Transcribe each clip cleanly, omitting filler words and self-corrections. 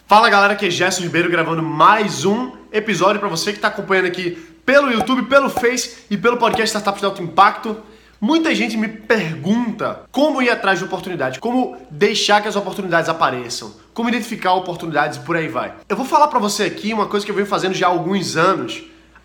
Fala galera, aqui é Gerson Ribeiro gravando mais um episódio para você que está acompanhando aqui pelo YouTube, pelo Face e pelo podcast Startups de Alto Impacto. Muita gente me pergunta como ir atrás de oportunidades, como deixar que as oportunidades apareçam, como identificar oportunidades e por aí vai. Eu vou falar para você aqui uma coisa que eu venho fazendo já há alguns anos,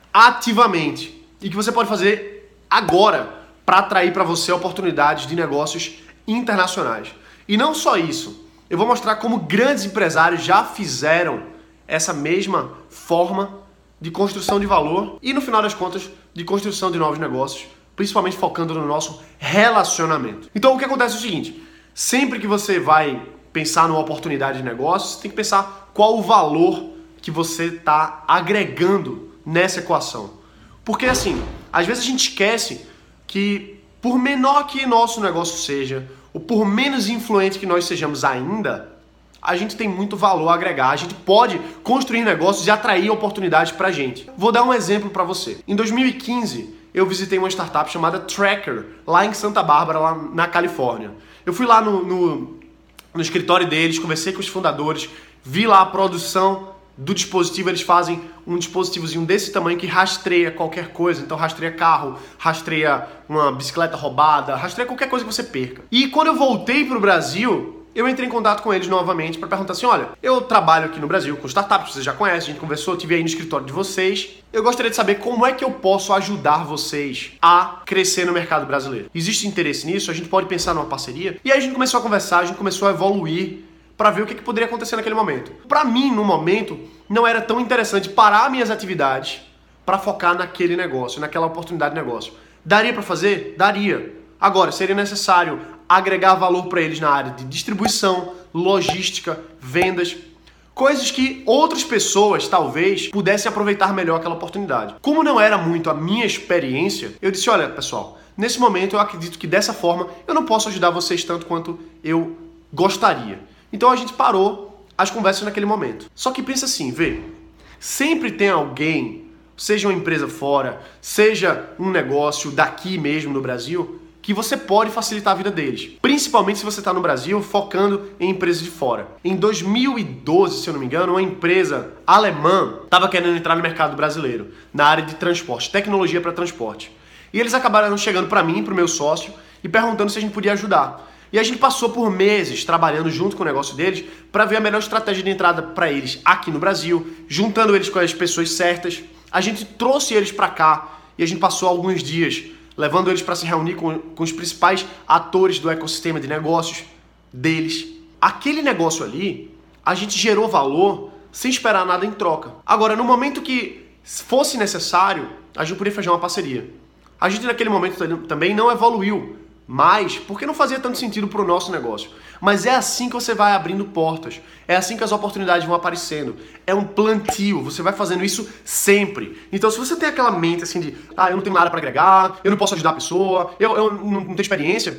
ativamente, e que você pode fazer agora para atrair para você oportunidades de negócios internacionais. E não só isso, eu vou mostrar como grandes empresários já fizeram essa mesma forma de construção de valor e, no final das contas, de construção de novos negócios, principalmente focando no nosso relacionamento. Então, o que acontece é o seguinte, sempre que você vai pensar numa oportunidade de negócio, você tem que pensar qual o valor que você está agregando nessa equação. Porque, assim, às vezes a gente esquece que, por menor que nosso negócio seja, ou por menos influente que nós sejamos ainda, a gente tem muito valor a agregar. A gente pode construir negócios e atrair oportunidades pra gente. Vou dar um exemplo pra você. Em 2015, eu visitei uma startup chamada Tracker, lá em Santa Bárbara, lá na Califórnia. Eu fui lá no escritório deles, conversei com os fundadores, vi lá a produção do dispositivo. Eles fazem um dispositivozinho desse tamanho que rastreia qualquer coisa. Então rastreia carro, rastreia uma bicicleta roubada, rastreia qualquer coisa que você perca. E quando eu voltei pro Brasil, eu entrei em contato com eles novamente para perguntar assim, olha, eu trabalho aqui no Brasil com startups, vocês já conhecem, a gente conversou, estive aí no escritório de vocês. Eu gostaria de saber como é que eu posso ajudar vocês a crescer no mercado brasileiro. Existe interesse nisso? A gente pode pensar numa parceria? E aí a gente começou a conversar, a gente começou a evoluir para ver o que poderia acontecer naquele momento. Para mim, no momento, não era tão interessante parar minhas atividades para focar naquele negócio, naquela oportunidade de negócio. Daria para fazer? Daria. Agora, seria necessário agregar valor para eles na área de distribuição, logística, vendas, coisas que outras pessoas talvez pudessem aproveitar melhor aquela oportunidade. Como não era muito a minha experiência, eu disse, olha pessoal, nesse momento eu acredito que dessa forma eu não posso ajudar vocês tanto quanto eu gostaria. Então a gente parou as conversas naquele momento. Só que pensa assim, vê, sempre tem alguém, seja uma empresa fora, seja um negócio daqui mesmo no Brasil, que você pode facilitar a vida deles. Principalmente se você está no Brasil focando em empresas de fora. Em 2012, se eu não me engano, uma empresa alemã estava querendo entrar no mercado brasileiro, na área de transporte, tecnologia para transporte. E eles acabaram chegando para mim, para o meu sócio, e perguntando se a gente podia ajudar. E a gente passou por meses trabalhando junto com o negócio deles para ver a melhor estratégia de entrada para eles aqui no Brasil, juntando eles com as pessoas certas. A gente trouxe eles para cá e a gente passou alguns dias levando eles para se reunir com os principais atores do ecossistema de negócios deles. Aquele negócio ali, a gente gerou valor sem esperar nada em troca. Agora, no momento que fosse necessário, a gente poderia fazer uma parceria. A gente naquele momento também não evoluiu mais, porque não fazia tanto sentido para o nosso negócio. Mas é assim que você vai abrindo portas. É assim que as oportunidades vão aparecendo. É um plantio. Você vai fazendo isso sempre. Então, se você tem aquela mente assim de eu não tenho nada para agregar, eu não posso ajudar a pessoa, eu não tenho experiência,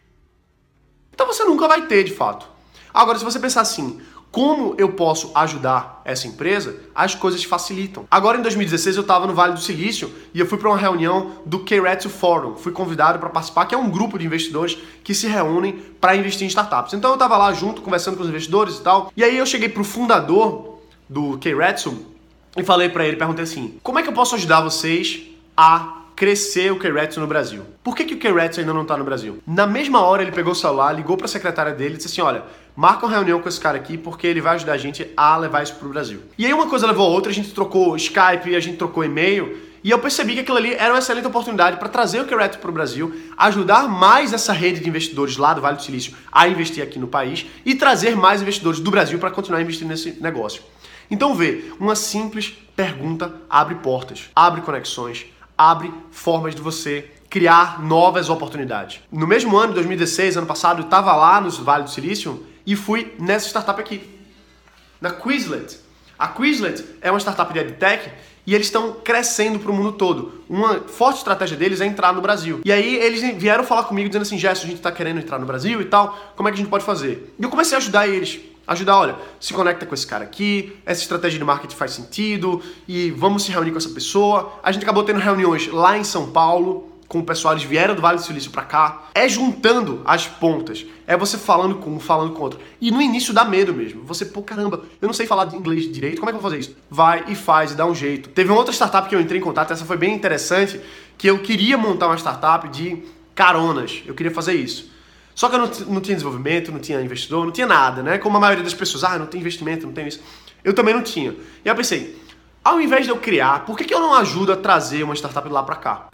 então você nunca vai ter, de fato. Agora, se você pensar assim, como eu posso ajudar essa empresa, as coisas facilitam. Agora, em 2016, eu estava no Vale do Silício e eu fui para uma reunião do Keiretsu Forum. Fui convidado para participar, que é um grupo de investidores que se reúnem para investir em startups. Então, eu estava lá junto, conversando com os investidores e tal. E aí, eu cheguei para o fundador do Keiretsu e falei para ele, perguntei assim, como é que eu posso ajudar vocês a crescer o Keiretsu no Brasil? Por que o Keiretsu ainda não está no Brasil? Na mesma hora, ele pegou o celular, ligou para a secretária dele e disse assim, olha, marca uma reunião com esse cara aqui porque ele vai ajudar a gente a levar isso pro Brasil. E aí uma coisa levou a outra, a gente trocou Skype, a gente trocou e-mail e eu percebi que aquilo ali era uma excelente oportunidade para trazer o Keiretsu pro Brasil, ajudar mais essa rede de investidores lá do Vale do Silício a investir aqui no país e trazer mais investidores do Brasil para continuar investindo nesse negócio. Então vê, uma simples pergunta abre portas, abre conexões, abre formas de você criar novas oportunidades. No mesmo ano, 2016, ano passado, eu estava lá no Vale do Silício e fui nessa startup aqui, na Quizlet. A Quizlet é uma startup de EdTech e eles estão crescendo para o mundo todo. Uma forte estratégia deles é entrar no Brasil. E aí eles vieram falar comigo dizendo assim, Gerson, a gente está querendo entrar no Brasil e tal, como é que a gente pode fazer? E eu comecei a ajudar eles. Olha, se conecta com esse cara aqui, essa estratégia de marketing faz sentido e vamos se reunir com essa pessoa. A gente acabou tendo reuniões lá em São Paulo, com o pessoal, eles vieram do Vale do Silício pra cá, é juntando as pontas. É você falando com um, falando com outro. E no início dá medo mesmo. Você, pô, caramba, eu não sei falar de inglês direito, como é que eu vou fazer isso? Vai e faz e dá um jeito. Teve uma outra startup que eu entrei em contato, essa foi bem interessante, que eu queria montar uma startup de caronas. Eu queria fazer isso. Só que eu não tinha desenvolvimento, não tinha investidor, não tinha nada, né? Como a maioria das pessoas, não tem investimento, não tem isso. Eu também não tinha. E aí eu pensei, ao invés de eu criar, por que eu não ajudo a trazer uma startup lá pra cá?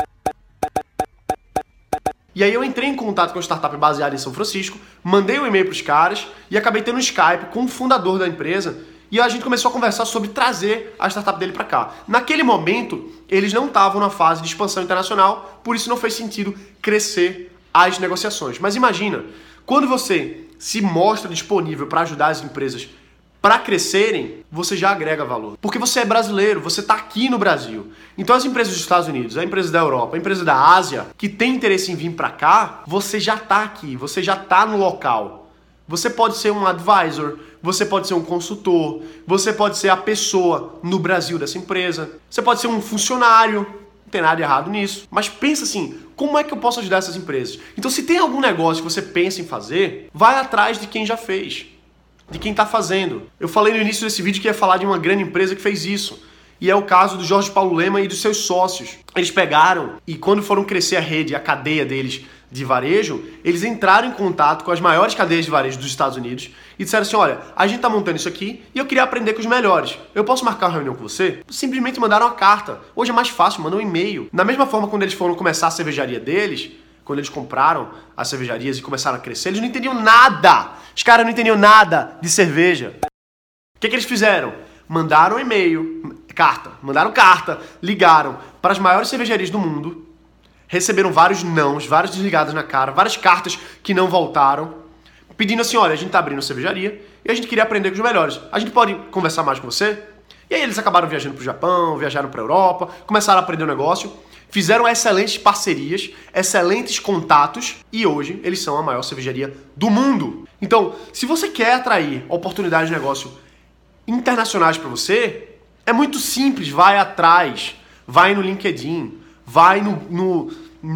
E aí eu entrei em contato com uma startup baseada em São Francisco, mandei um e-mail pros caras e acabei tendo um Skype com o fundador da empresa e a gente começou a conversar sobre trazer a startup dele pra cá. Naquele momento, eles não estavam na fase de expansão internacional, por isso não fez sentido crescer as negociações. Mas imagina, quando você se mostra disponível para ajudar as empresas para crescerem, você já agrega valor. Porque você é brasileiro, você está aqui no Brasil. Então as empresas dos Estados Unidos, a empresa da Europa, a empresa da Ásia, que tem interesse em vir para cá, você já está aqui, você já está no local. Você pode ser um advisor, você pode ser um consultor, você pode ser a pessoa no Brasil dessa empresa, você pode ser um funcionário, não tem nada errado nisso. Mas pensa assim, como é que eu posso ajudar essas empresas? Então se tem algum negócio que você pensa em fazer, vai atrás de quem já fez. De quem está fazendo. Eu falei no início desse vídeo que ia falar de uma grande empresa que fez isso. E é o caso do Jorge Paulo Lema e dos seus sócios. Eles pegaram e quando foram crescer a rede, a cadeia deles de varejo, eles entraram em contato com as maiores cadeias de varejo dos Estados Unidos e disseram assim, olha, a gente está montando isso aqui e eu queria aprender com os melhores. Eu posso marcar uma reunião com você? Simplesmente mandaram uma carta. Hoje é mais fácil, mandam um e-mail. Da mesma forma, quando eles foram começar a cervejaria deles, quando eles compraram as cervejarias e começaram a crescer, eles não entendiam nada. Os caras não entendiam nada de cerveja. O que eles fizeram? Mandaram e-mail, mandaram carta, ligaram para as maiores cervejarias do mundo, receberam vários nãos, vários desligados na cara, várias cartas que não voltaram, pedindo assim, olha, a gente tá abrindo cervejaria e a gente queria aprender com os melhores. A gente pode conversar mais com você? E aí eles acabaram viajando pro Japão, viajaram pra Europa, começaram a aprender o negócio, fizeram excelentes parcerias, excelentes contatos e hoje eles são a maior cervejaria do mundo. Então, se você quer atrair oportunidades de negócio internacionais para você, é muito simples, vai atrás, vai no LinkedIn, vai no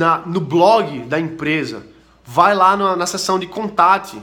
blog da empresa, vai lá na seção de contato,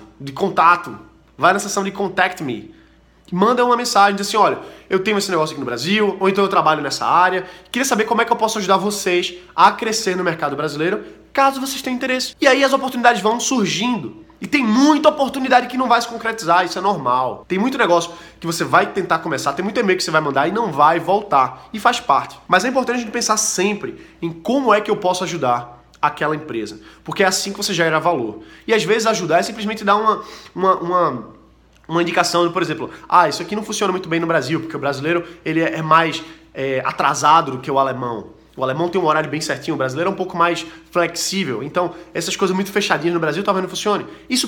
vai na seção de Contact Me, manda uma mensagem, diz assim, olha, eu tenho esse negócio aqui no Brasil, ou então eu trabalho nessa área, queria saber como é que eu posso ajudar vocês a crescer no mercado brasileiro, caso vocês tenham interesse. E aí as oportunidades vão surgindo. E tem muita oportunidade que não vai se concretizar, isso é normal. Tem muito negócio que você vai tentar começar, tem muito e-mail que você vai mandar e não vai voltar, e faz parte. Mas é importante a gente pensar sempre em como é que eu posso ajudar aquela empresa, porque é assim que você gera valor. E às vezes ajudar é simplesmente dar uma indicação, por exemplo, isso aqui não funciona muito bem no Brasil, porque o brasileiro ele é mais atrasado do que o alemão. O alemão tem um horário bem certinho, o brasileiro é um pouco mais flexível. Então, essas coisas muito fechadinhas no Brasil talvez não funcione. Isso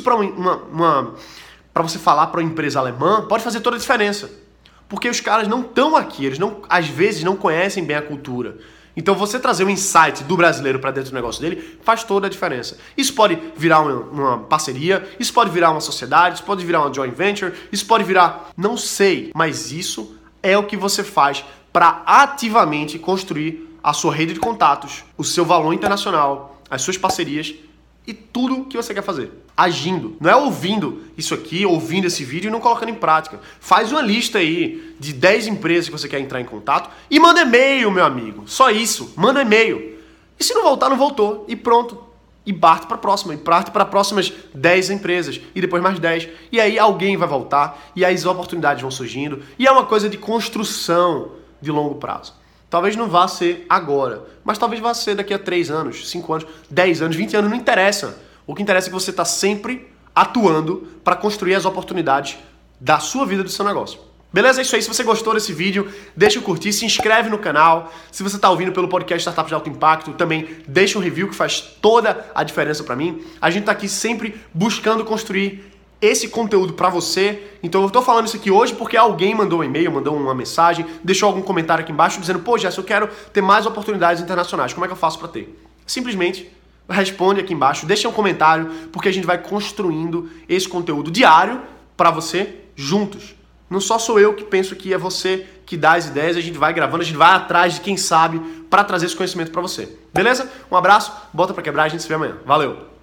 para você falar para uma empresa alemã pode fazer toda a diferença. Porque os caras não estão aqui, eles às vezes não conhecem bem a cultura. Então você trazer um insight do brasileiro para dentro do negócio dele faz toda a diferença. Isso pode virar uma parceria, isso pode virar uma sociedade, isso pode virar uma joint venture, isso pode virar... Não sei, mas isso é o que você faz para ativamente construir a sua rede de contatos, o seu valor internacional, as suas parcerias e tudo que você quer fazer. Agindo. Não é ouvindo isso aqui, ouvindo esse vídeo e não colocando em prática. Faz uma lista aí de 10 empresas que você quer entrar em contato e manda e-mail, meu amigo. Só isso. Manda e-mail. E se não voltar, não voltou. E pronto. E parte para a próxima. E parte para próximas 10 empresas. E depois mais 10. E aí alguém vai voltar. E aí as oportunidades vão surgindo. E é uma coisa de construção de longo prazo. Talvez não vá ser agora, mas talvez vá ser daqui a 3 anos, 5 anos, 10 anos, 20 anos, não interessa. O que interessa é que você está sempre atuando para construir as oportunidades da sua vida, do seu negócio. Beleza? É isso aí. Se você gostou desse vídeo, deixa o curtir, se inscreve no canal. Se você está ouvindo pelo podcast Startup de Alto Impacto, também deixa um review que faz toda a diferença para mim. A gente está aqui sempre buscando construir esse conteúdo para você. Então eu tô falando isso aqui hoje porque alguém mandou um e-mail, mandou uma mensagem, deixou algum comentário aqui embaixo dizendo, pô, Jess, eu quero ter mais oportunidades internacionais, como é que eu faço para ter? Simplesmente responde aqui embaixo, deixa um comentário, porque a gente vai construindo esse conteúdo diário para você juntos. Não só sou eu que penso que é você que dá as ideias, a gente vai gravando, a gente vai atrás de quem sabe para trazer esse conhecimento para você. Beleza? Um abraço, bota para quebrar, a gente se vê amanhã. Valeu!